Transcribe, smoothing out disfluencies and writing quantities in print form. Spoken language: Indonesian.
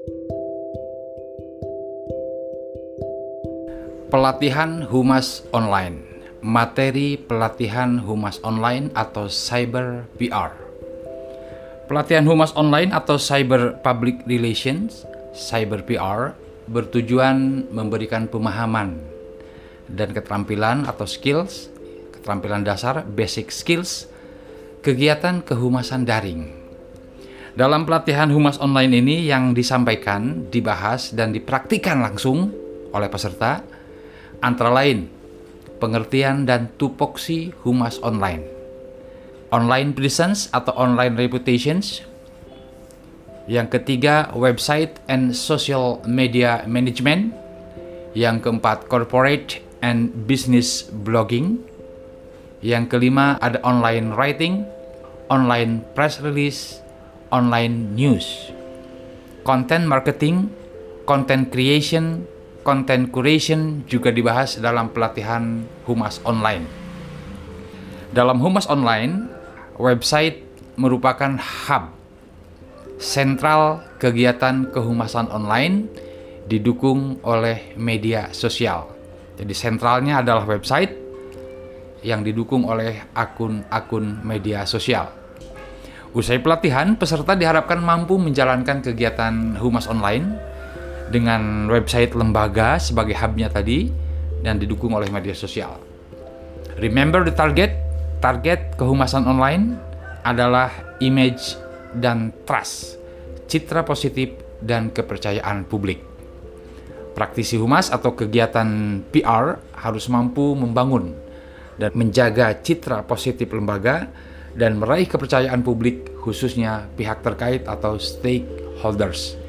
Pelatihan Humas Online. Materi pelatihan Humas Online atau Cyber PR. Pelatihan Humas Online atau Cyber Public Relations, Cyber PR, bertujuan memberikan pemahaman dan keterampilan atau skills, keterampilan dasar, basic skills, kegiatan kehumasan daring. Dalam pelatihan Humas Online ini yang disampaikan, dibahas, dan dipraktikkan langsung oleh peserta, antara lain pengertian dan tupoksi Humas Online, online presence atau online reputations. Yang ketiga, website and social media management. Yang keempat, corporate and business blogging. Yang kelima, ada online writing, online press release, online news, content marketing, content creation, content curation juga dibahas dalam pelatihan Humas Online. Dalam Humas Online, website merupakan hub sentral kegiatan kehumasan online didukung oleh media sosial. Jadi sentralnya adalah website yang didukung oleh akun-akun media sosial. Usai pelatihan, peserta diharapkan mampu menjalankan kegiatan Humas Online dengan website lembaga sebagai hubnya tadi dan didukung oleh media sosial. Remember the target. Target kehumasan online adalah image dan trust, citra positif dan kepercayaan publik. Praktisi humas atau kegiatan PR harus mampu membangun dan menjaga citra positif lembaga dan meraih kepercayaan publik, khususnya pihak terkait atau stakeholders.